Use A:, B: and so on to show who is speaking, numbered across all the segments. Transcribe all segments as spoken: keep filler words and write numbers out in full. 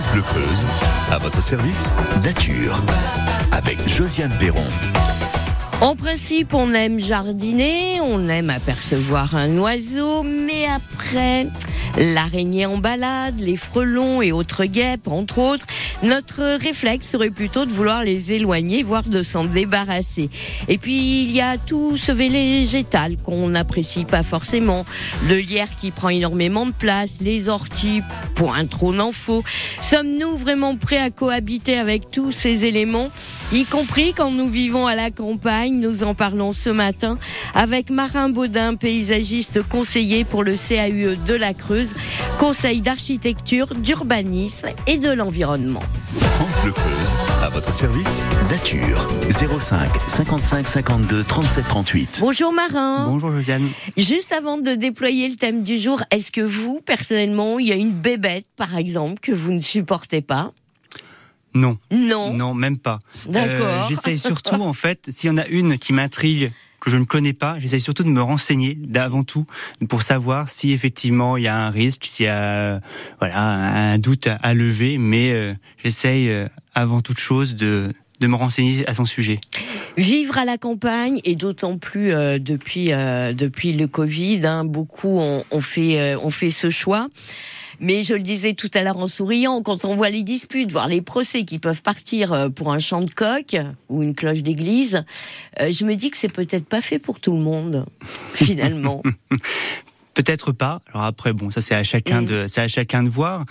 A: France Bleu Creuse, à votre service, nature, avec Josiane Perron.
B: En principe, on aime jardiner, on aime apercevoir un oiseau, mais après, l'araignée en balade, les frelons et autres guêpes, entre autres, notre réflexe serait plutôt de vouloir les éloigner, voire de s'en débarrasser. Et puis, il y a tout ce végétal qu'on n'apprécie pas forcément. Le lierre qui prend énormément de place, les orties, point trop n'en faut. Sommes-nous vraiment prêts à cohabiter avec tous ces éléments, y compris quand nous vivons à la campagne? Nous en parlons ce matin avec Marin Baudin, paysagiste conseiller pour le C A U E de la Creuse, conseil d'architecture, d'urbanisme et de l'environnement.
A: France Bleu Creuse, à votre service, nature, zéro cinq cinquante-cinq cinquante-deux trente-sept trente-huit.
B: Bonjour Marin.
C: Bonjour Josiane.
B: Juste avant de déployer le thème du jour, est-ce que vous, personnellement, il y a une bébête, par exemple, que vous ne supportez pas ?
C: Non.
B: Non.
C: Non, même pas.
B: D'accord.
C: Euh, j'essaye surtout, en fait, s'il y en a une qui m'intrigue, que je ne connais pas, j'essaye surtout de me renseigner d'avant tout pour savoir si effectivement il y a un risque, s'il y a voilà un doute à lever, mais euh, j'essaye euh, avant toute chose de de me renseigner à son sujet.
B: Vivre à la campagne, et d'autant plus euh, depuis euh, depuis le Covid, hein, beaucoup ont, ont fait euh, ont fait ce choix. Mais je le disais tout à l'heure en souriant, quand on voit les disputes, voire les procès qui peuvent partir pour un chant de coq ou une cloche d'église, euh, je me dis que c'est peut-être pas fait pour tout le monde, finalement.
C: Peut-être pas. Alors après, bon, ça c'est à chacun mmh. de, c'est à chacun de voir.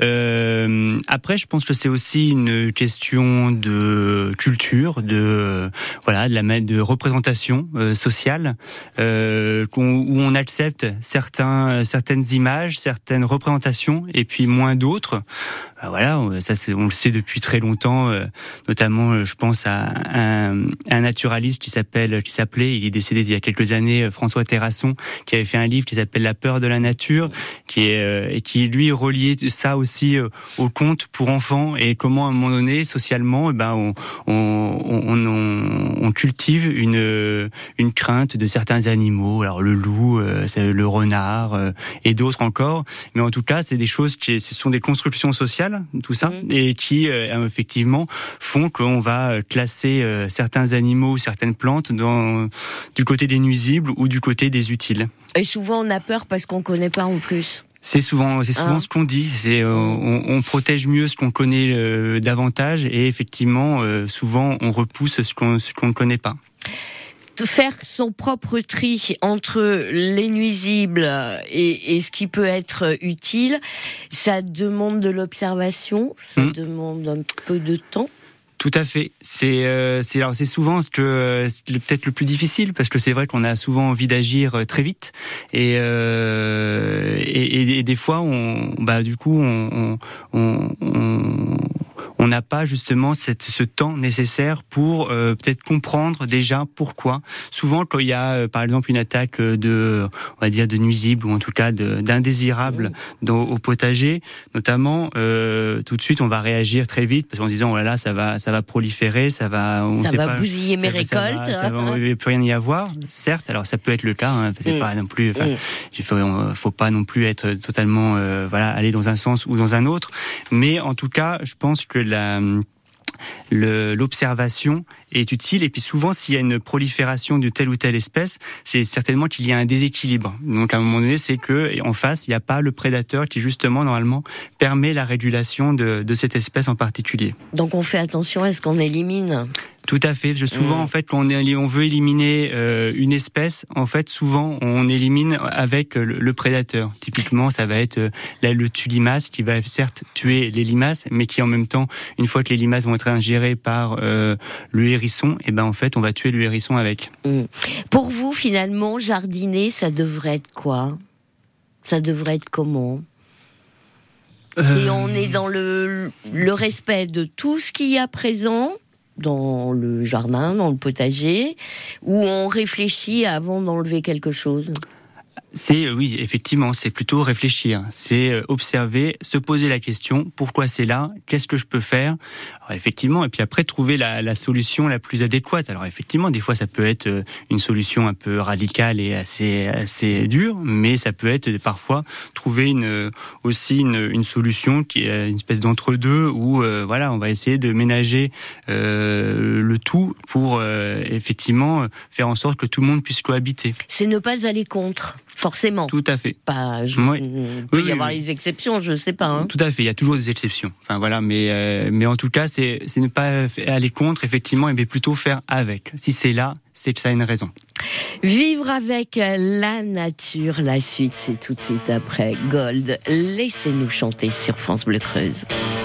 C: Euh, après, je pense que c'est aussi une question de culture, de voilà, de la de représentation euh, sociale, euh, qu'on, où on accepte certains, certaines images, certaines représentations, et puis moins d'autres. Ben voilà, ça c'est, on le sait depuis très longtemps. Euh, notamment, je pense à un, un naturaliste qui s'appelle, qui s'appelait, il est décédé il y a quelques années, François Terrasson, qui avait fait un livre qui s'appelle La peur de la nature, qui est euh, et qui lui reliait ça aussi euh, au conte pour enfants, et comment à un moment donné socialement, eh ben on on, on on on cultive une une crainte de certains animaux, alors le loup, euh, le renard euh, et d'autres encore, mais en tout cas c'est des choses qui ce sont des constructions sociales, tout ça, mmh. et qui euh, effectivement font qu'on va classer euh, certains animaux, certaines plantes dans du côté des nuisibles ou du côté des utiles.
B: Et souvent on a peur parce qu'on connaît pas en plus.
C: C'est souvent, c'est souvent
B: ah.
C: ce qu'on dit. C'est, euh, on, on protège mieux ce qu'on connaît euh, davantage, et effectivement, euh, souvent, on repousse ce qu'on, ce qu'on ne connaît pas.
B: Faire son propre tri entre les nuisibles et, et ce qui peut être utile, ça demande de l'observation, ça mmh. demande un peu de temps.
C: Tout à fait. C'est euh, c'est alors c'est souvent ce que c'est peut-être le plus difficile, parce que c'est vrai qu'on a souvent envie d'agir très vite, et euh, et, et des fois on bah du coup on on on on n'a pas justement cette, ce temps nécessaire pour euh, peut-être comprendre déjà pourquoi. Souvent, quand il y a euh, par exemple une attaque de, on va dire, de nuisibles, ou en tout cas de, d'indésirables mmh. dans, au potager, notamment, euh, tout de suite on va réagir très vite, parce qu'en disant oh là là, ça va, ça va proliférer, ça va, on
B: ça
C: sait
B: va
C: pas,
B: bousiller mes
C: ça,
B: récoltes,
C: ça va, ça va, il va plus rien y avoir. Certes, alors ça peut être le cas, hein, c'est mmh. pas non plus, enfin, mmh. il faut, faut pas non plus être totalement, euh, voilà, aller dans un sens ou dans un autre, mais en tout cas, je pense que la, le, l'observation est utile, et puis souvent s'il y a une prolifération de telle ou telle espèce, c'est certainement qu'il y a un déséquilibre. Donc à un moment donné, c'est que en face, il n'y a pas le prédateur qui justement normalement permet la régulation de, de cette espèce en particulier.
B: Donc on fait attention à ce qu'on élimine.
C: Tout à fait. Je, souvent, mmh. en fait, quand on, est, on veut éliminer euh, une espèce, en fait, souvent, on élimine avec le, le prédateur. Typiquement, ça va être euh, là, le tue-limace, qui va certes tuer les limaces, mais qui, en même temps, une fois que les limaces vont être ingérées par euh, le hérisson, et ben en fait, on va tuer le hérisson avec.
B: Mmh. Pour vous, finalement, jardiner, ça devrait être quoi ? Ça devrait être comment ? euh... Si on est dans le, le respect de tout ce qu'il y a présent, dans le jardin, dans le potager, où on réfléchit avant d'enlever quelque chose?
C: C'est, oui, effectivement, c'est plutôt réfléchir. C'est observer, se poser la question, pourquoi c'est là? Qu'est-ce que je peux faire? Alors, effectivement, et puis après, trouver la, la solution la plus adéquate. Alors, effectivement, des fois, ça peut être une solution un peu radicale et assez, assez dure, mais ça peut être parfois trouver une, aussi une, une solution qui est une espèce d'entre-deux où, euh, voilà, on va essayer de ménager euh, le tout pour, euh, effectivement, faire en sorte que tout le monde puisse cohabiter.
B: C'est ne pas aller contre. Forcément.
C: Tout à fait.
B: Pas, je,
C: oui.
B: Il peut
C: oui,
B: y avoir
C: oui.
B: les exceptions, je sais pas. Hein.
C: Tout à fait. Il y a toujours des exceptions. Enfin voilà, mais euh, mais en tout cas, c'est c'est ne pas aller contre, effectivement, mais plutôt faire avec. Si c'est là, c'est que ça a une raison.
B: Vivre avec la nature. La suite, c'est tout de suite après Gold. Laissez-nous chanter sur France Bleu Creuse.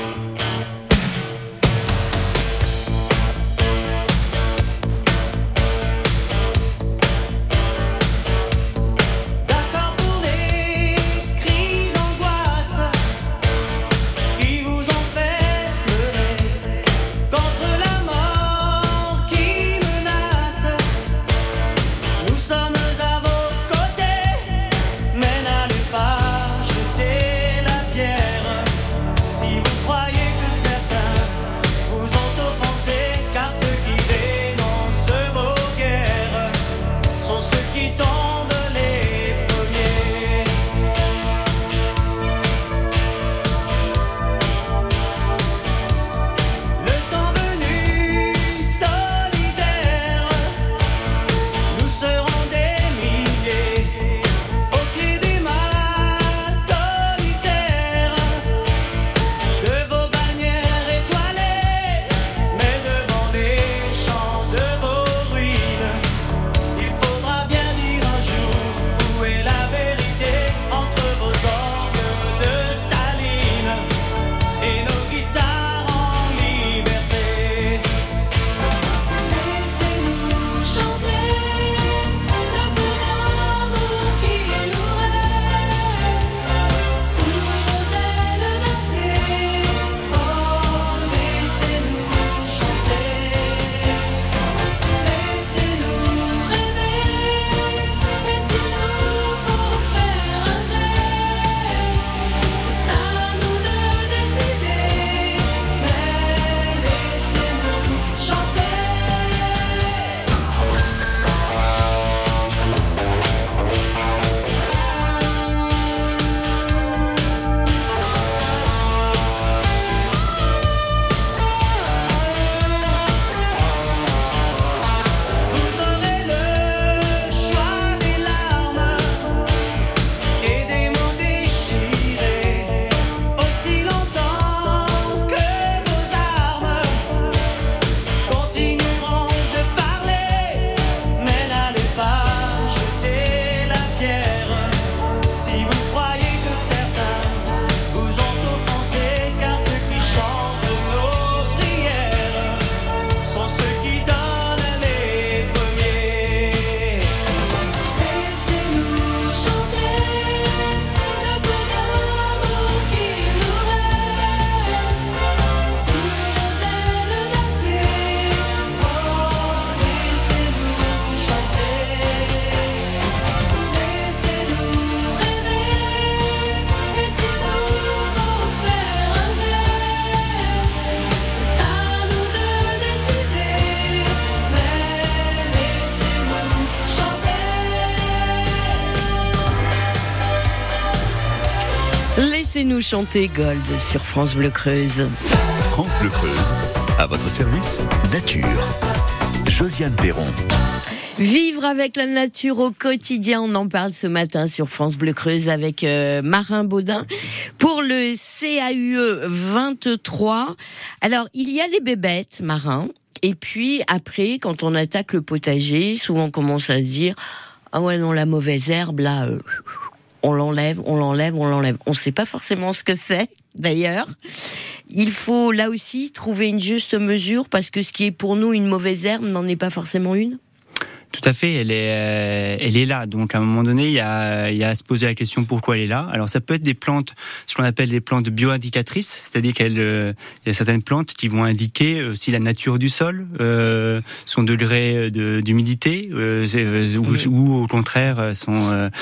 B: Laissez-nous chanter Gold sur France Bleu Creuse.
A: France Bleu Creuse, à votre service, nature. Josiane Perron.
B: Vivre avec la nature au quotidien, on en parle ce matin sur France Bleu Creuse avec euh, Marin Baudin pour le C A U E vingt-trois. Alors, il y a les bébêtes, Marin, et puis après, quand on attaque le potager, souvent on commence à se dire « Ah ouais, non, la mauvaise herbe, là, euh, on l'enlève, on l'enlève, on l'enlève. » On ne sait pas forcément ce que c'est, d'ailleurs. Il faut, là aussi, trouver une juste mesure, parce que ce qui est pour nous une mauvaise herbe n'en est pas forcément une.
C: Tout à fait, elle est, euh, elle est là. Donc à un moment donné, il y a, il y a à se poser la question pourquoi elle est là. Alors ça peut être des plantes, ce qu'on appelle des plantes bioindicatrices, c'est-à-dire qu'il euh, y a certaines plantes qui vont indiquer aussi la nature du sol, euh, son degré de, d'humidité, euh, euh, ou, ou au contraire sont euh,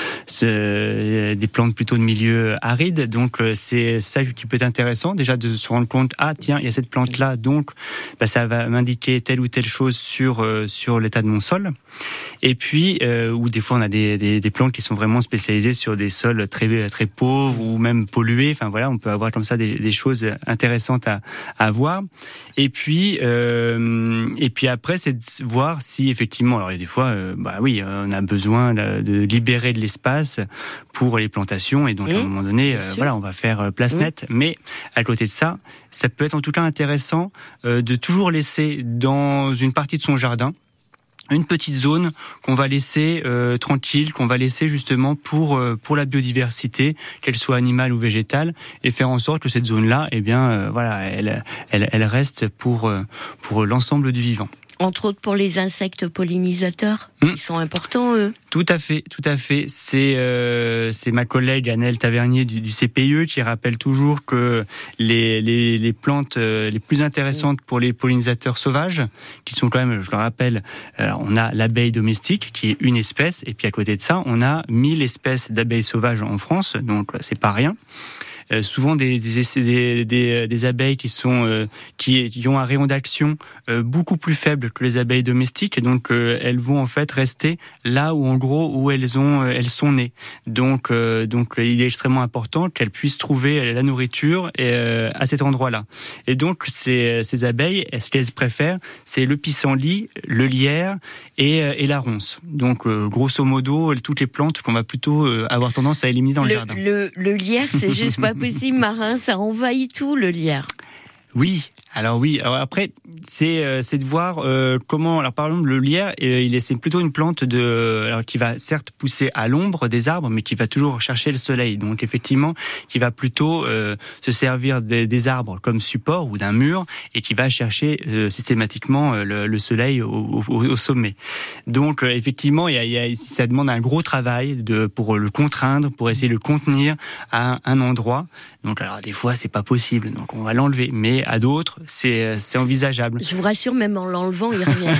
C: ce, des plantes plutôt de milieu aride. Donc euh, c'est ça qui peut être intéressant déjà de se rendre compte, ah tiens, il y a cette plante-là, donc bah, ça va m'indiquer telle ou telle chose sur euh, sur l'état de mon sol. Et puis, euh, ou des fois on a des, des, des plantes qui sont vraiment spécialisées sur des sols très très pauvres ou même pollués. Enfin voilà, on peut avoir comme ça des, des choses intéressantes à, à voir. Et puis, euh, et puis après, c'est de voir si effectivement, alors il y a des fois, euh, bah oui, on a besoin de, de libérer de l'espace pour les plantations et donc mmh, à un moment donné, euh, voilà, on va faire place mmh. nette. Mais à côté de ça, ça peut être en tout cas intéressant euh, de toujours laisser dans une partie de son jardin une petite zone qu'on va laisser euh, tranquille, qu'on va laisser justement pour euh, pour la biodiversité, qu'elle soit animale ou végétale, et faire en sorte que cette zone-là, eh bien, euh, voilà, elle elle elle reste pour euh, pour l'ensemble du vivant.
B: Entre autres pour les insectes pollinisateurs, mmh. ils sont importants, eux.
C: Tout à fait, tout à fait. C'est euh, c'est ma collègue Annelle Tavernier du, du C P I E qui rappelle toujours que les les, les plantes euh, les plus intéressantes pour les pollinisateurs sauvages, qui sont quand même, je le rappelle, alors on a l'abeille domestique qui est une espèce, et puis à côté de ça, on a mille espèces d'abeilles sauvages en France, donc c'est pas rien. Euh, souvent des des, des des abeilles qui sont euh, qui, qui ont un rayon d'action euh, beaucoup plus faible que les abeilles domestiques, et donc euh, elles vont en fait rester là où en gros où elles ont euh, elles sont nées. Donc euh, donc il est extrêmement important qu'elles puissent trouver la nourriture euh, à cet endroit-là. Et donc ces ces abeilles, ce qu'elles préfèrent, c'est le pissenlit, le lierre et et la ronce. Donc euh, grosso modo toutes les plantes qu'on va plutôt euh, avoir tendance à éliminer dans le,
B: le
C: jardin.
B: Le le lierre, c'est juste pas possible, Marin, ça envahit tout, le lierre.
C: Oui, alors oui. Alors après, c'est euh, c'est de voir euh, comment. Alors par exemple, le lierre, euh, il est c'est plutôt une plante de, alors qui va certes pousser à l'ombre des arbres, mais qui va toujours chercher le soleil. Donc effectivement, qui va plutôt euh, se servir des, des arbres comme support ou d'un mur, et qui va chercher euh, systématiquement euh, le, le soleil au, au, au sommet. Donc euh, effectivement, il y a, il y a, ça demande un gros travail de pour le contraindre, pour essayer de le contenir à un endroit. Donc alors des fois, c'est pas possible. Donc on va l'enlever, mais à d'autres, c'est c'est envisageable.
B: Je vous rassure, même en l'enlevant, il revient.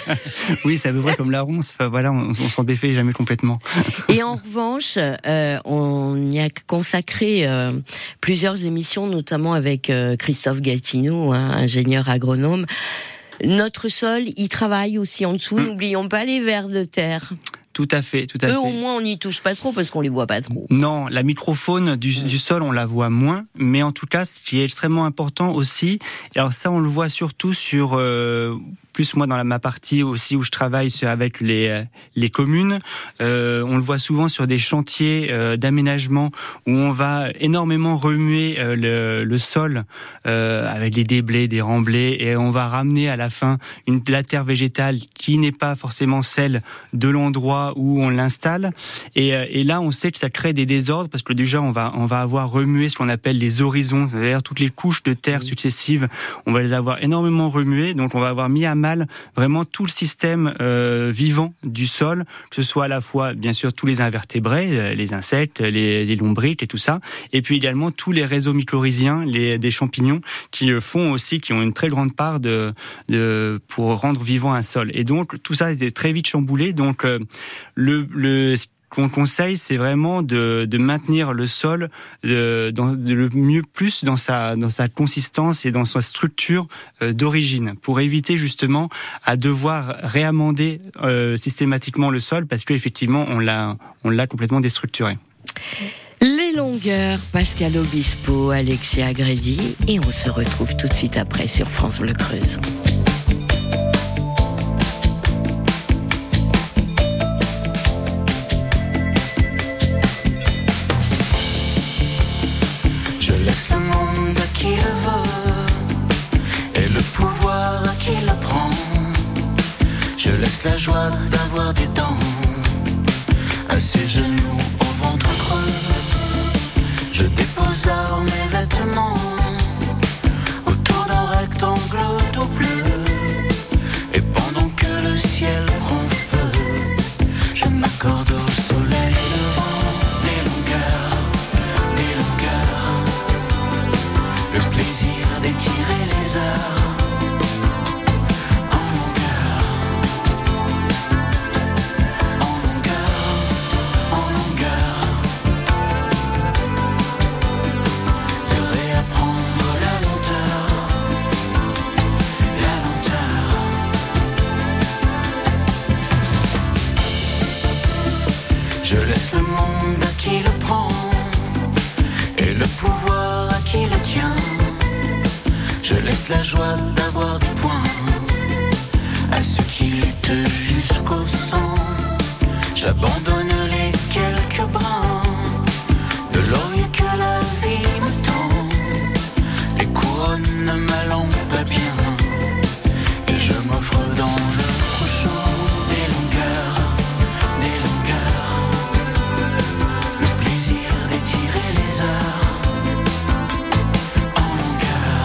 C: Oui, c'est à peu près comme la ronce. Enfin, voilà, on, on s'en défait jamais complètement.
B: Et en revanche, euh, on y a consacré euh, plusieurs émissions, notamment avec euh, Christophe Gatineau, hein, ingénieur agronome. Notre sol, il travaille aussi en dessous. Mmh. N'oublions pas les vers de terre.
C: Tout à fait, tout à
B: Eux,
C: fait.
B: au moins, on n'y touche pas trop parce qu'on les voit pas trop.
C: Non, la microfaune du,
B: mmh.
C: du sol, on la voit moins. Mais en tout cas, ce qui est extrêmement important aussi, et alors ça, on le voit surtout sur... Euh, plus moi dans la, ma partie aussi où je travaille sur, avec les les communes, euh, on le voit souvent sur des chantiers euh, d'aménagement où on va énormément remuer euh, le, le sol euh, avec des déblais, des remblais, et on va ramener à la fin une la terre végétale qui n'est pas forcément celle de l'endroit où on l'installe. Et, et là, on sait que ça crée des désordres parce que déjà on va on va avoir remué ce qu'on appelle les horizons, c'est-à-dire toutes les couches de terre successives. On va les avoir énormément remuées, donc on va avoir mis à mal vraiment tout le système euh, vivant du sol, que ce soit à la fois bien sûr tous les invertébrés, euh, les insectes, les, les lombriques et tout ça, et puis également tous les réseaux mycorhiziens, les des champignons qui font aussi, qui ont une très grande part de, de pour rendre vivant un sol. Et donc tout ça était très vite chamboulé. Donc euh, le le qu'on conseille, c'est vraiment de, de maintenir le sol de, dans, de le mieux plus dans sa, dans sa consistance et dans sa structure euh, d'origine, pour éviter justement à devoir réamender euh, systématiquement le sol parce qu'effectivement on l'a, on l'a complètement déstructuré.
B: Les longueurs, Pascal Obispo, Alexia Grédy, et on se retrouve tout de suite après sur France Bleu Creuse.
D: Je laisse le monde à qui le veut et le pouvoir à qui le prend. Je laisse la joie d'avoir des dents à ses genoux au ventre creux. Je dépose à mes vêtements autour d'un rectangle tout bleu. Et pendant que le ciel prend feu, le plaisir d'étirer les heures.
E: Je laisse le monde à qui le prend et le pouvoir à qui le tient. Je laisse la joie d'avoir des points à ceux qui luttent jusqu'au sang. J'abandonne les quelques brins de laurier que la vie me tend. Les couronnes ne m'allant pas bien et je m'offre dans le prochain des longueurs, des longueurs. Le plaisir d'étirer les heures en longueur,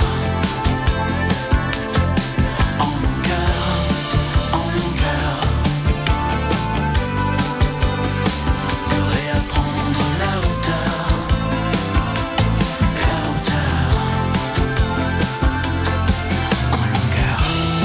E: en longueur, en longueur. De réapprendre la hauteur, la hauteur en longueur.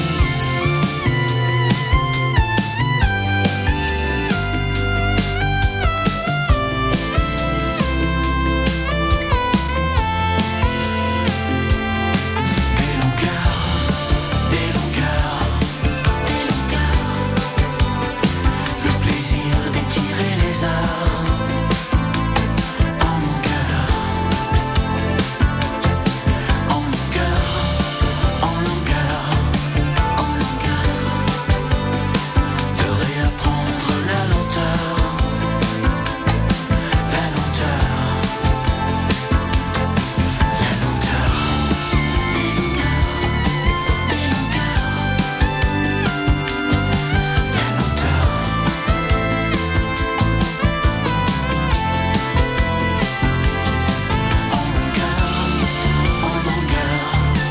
E: Des longueurs, des longueurs, des longueurs. Le plaisir d'étirer les heures en longueur, en longueur, en longueur, en longueur. De réapprendre la lenteur, la lenteur, la lenteur. Des longueurs, des longueurs, la lenteur. En longueur, en longueur.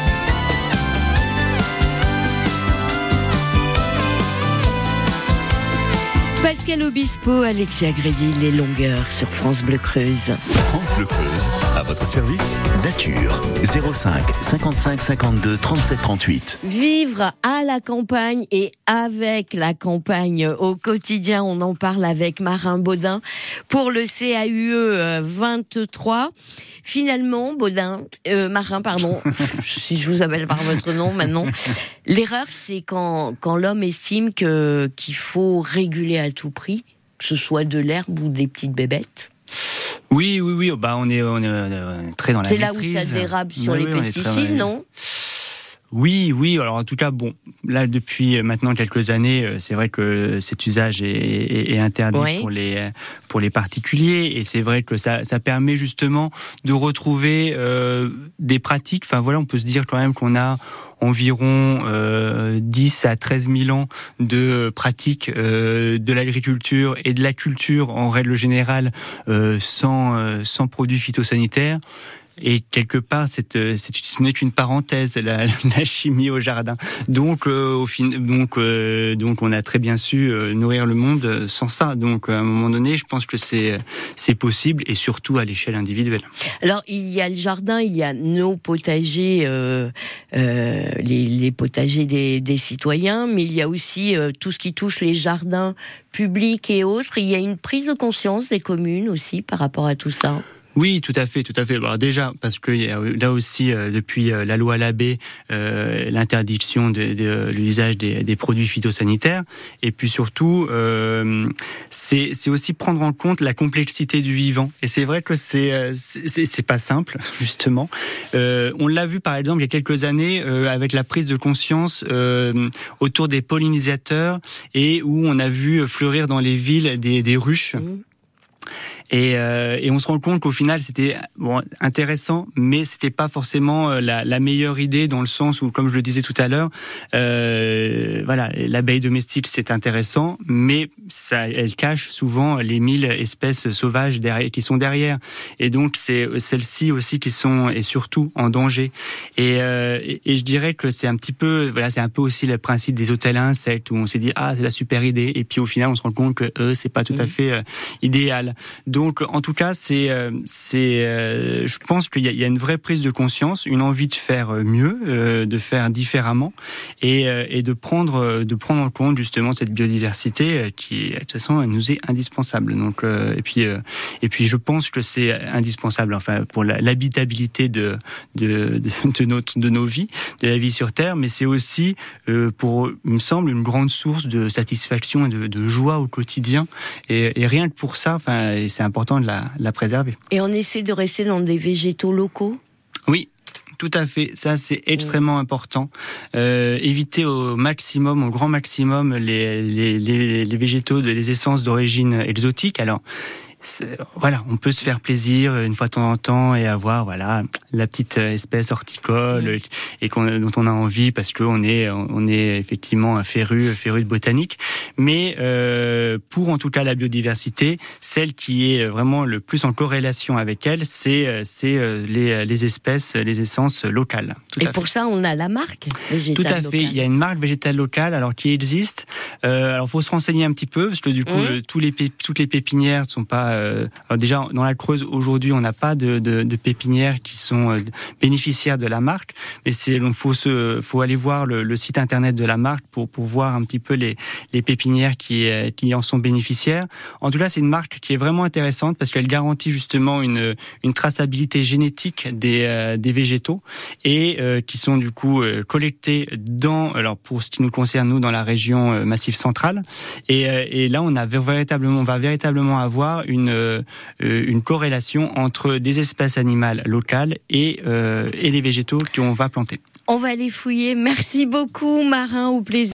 B: Pascal Obispo, Alexia Grédy, les longueurs sur France Bleu Creuse.
A: France Bleu Creuse, à votre service, nature. zéro cinq cinquante-cinq cinquante-deux trente-sept trente-huit.
B: Vivre à la campagne et avec la campagne au quotidien, on en parle avec Marin Baudin pour le C A U E vingt-trois. Finalement, Baudin, euh, Marin, pardon, si je vous appelle par votre nom maintenant, l'erreur c'est quand, quand l'homme estime que, qu'il faut réguler à tout prix, que ce soit de l'herbe ou des petites bébêtes.
C: Oui, oui, oui. Bah, on est, on est, on est très dans la
B: C'est là
C: maîtrise.
B: où ça dérape sur
C: Oui,
B: les
C: oui, on est très-
B: pesticides, non ?
C: Oui, oui. Alors en tout cas, bon, là depuis maintenant quelques années, euh, c'est vrai que cet usage est, est, est interdit
B: Oui.
C: pour les pour les particuliers, et c'est vrai que ça ça permet justement de retrouver euh, des pratiques. Enfin voilà, on peut se dire quand même qu'on a environ euh, dix à treize mille ans de pratiques euh, de l'agriculture et de la culture en règle générale euh, sans euh, sans produits phytosanitaires. Et quelque part, c'est, c'est, ce n'est qu'une parenthèse, la, la chimie au jardin. Donc, euh, au fin, donc, euh, donc, on a très bien su euh, nourrir le monde sans ça. Donc, à un moment donné, je pense que c'est, c'est possible, et surtout à l'échelle individuelle.
B: Alors, il y a le jardin, il y a nos potagers, euh, euh, les, les potagers des, des citoyens, mais il y a aussi euh, tout ce qui touche les jardins publics et autres. Il y a une prise de conscience des communes aussi par rapport à tout ça.
C: Oui, tout à fait, tout à fait. Alors déjà, parce que là aussi, euh, depuis euh, la loi Labbé, euh, l'interdiction de, de l'usage des, des produits phytosanitaires, et puis surtout, euh, c'est, c'est aussi prendre en compte la complexité du vivant. Et c'est vrai que c'est, c'est, c'est pas simple, justement. Euh, on l'a vu par exemple il y a quelques années euh, avec la prise de conscience euh, autour des pollinisateurs, et où on a vu fleurir dans les villes des, des ruches. Mmh. Et, euh, et on se rend compte qu'au final c'était bon, intéressant, mais c'était pas forcément la, la meilleure idée, dans le sens où, comme je le disais tout à l'heure, euh, voilà, l'abeille domestique c'est intéressant, mais ça, elle cache souvent les mille espèces sauvages derrière, qui sont derrière, et donc c'est celles-ci aussi qui sont, et surtout, en danger. Et, euh, et, et je dirais que c'est un petit peu, voilà, c'est un peu aussi le principe des hôtels à insectes, où on s'est dit ah c'est la super idée, et puis au final on se rend compte que euh, c'est pas tout à fait euh, idéal. Donc Donc, en tout cas, c'est, c'est, euh, je pense qu'il y a, il y a une vraie prise de conscience, une envie de faire mieux, euh, de faire différemment, et, euh, et de prendre, de prendre en compte justement cette biodiversité qui, de toute façon, elle nous est indispensable. Donc, euh, et puis, euh, et puis, je pense que c'est indispensable, enfin, pour la, l'habitabilité de, de, de, de notre, de nos vies, de la vie sur Terre, mais c'est aussi, euh, pour, il me semble, une grande source de satisfaction et de, de joie au quotidien. Et, et rien que pour ça, enfin, c'est important de la, la préserver.
B: Et on essaie de rester dans des végétaux locaux ?
C: Oui. Tout à fait, ça c'est extrêmement important. Euh, éviter au maximum, au grand maximum, les, les, les, les végétaux, les essences d'origine exotique. Alors, c'est, voilà, on peut se faire plaisir une fois de temps en temps et avoir voilà la petite espèce horticole mmh. et qu'on, dont on a envie parce qu'on est on est effectivement un féru féru de botanique. Mais euh, pour en tout cas la biodiversité, celle qui est vraiment le plus en corrélation avec elle, c'est c'est les les espèces, les essences locales.
B: Tout et pour fait. Ça, on a la marque végétale
C: locale. Tout à fait.
B: Locale.
C: Il y a une marque végétale locale alors qui existe. Euh, alors faut se renseigner un petit peu parce que du coup mmh. le, tous les toutes les pépinières ne sont pas Euh, alors déjà dans la Creuse aujourd'hui on n'a pas de, de, de pépinières qui sont euh, bénéficiaires de la marque, mais c'est donc faut se faut aller voir le, le site internet de la marque pour pour voir un petit peu les les pépinières qui euh, qui en sont bénéficiaires. En tout cas c'est une marque qui est vraiment intéressante parce qu'elle garantit justement une une traçabilité génétique des euh, des végétaux et euh, qui sont du coup euh, collectés dans alors pour ce qui nous concerne nous dans la région euh, Massif central et euh, et là on a véritablement on va véritablement avoir une Une, une corrélation entre des espèces animales locales et, euh, et les végétaux qu'on va planter.
B: On va aller fouiller. Merci beaucoup, Marin, au plaisir.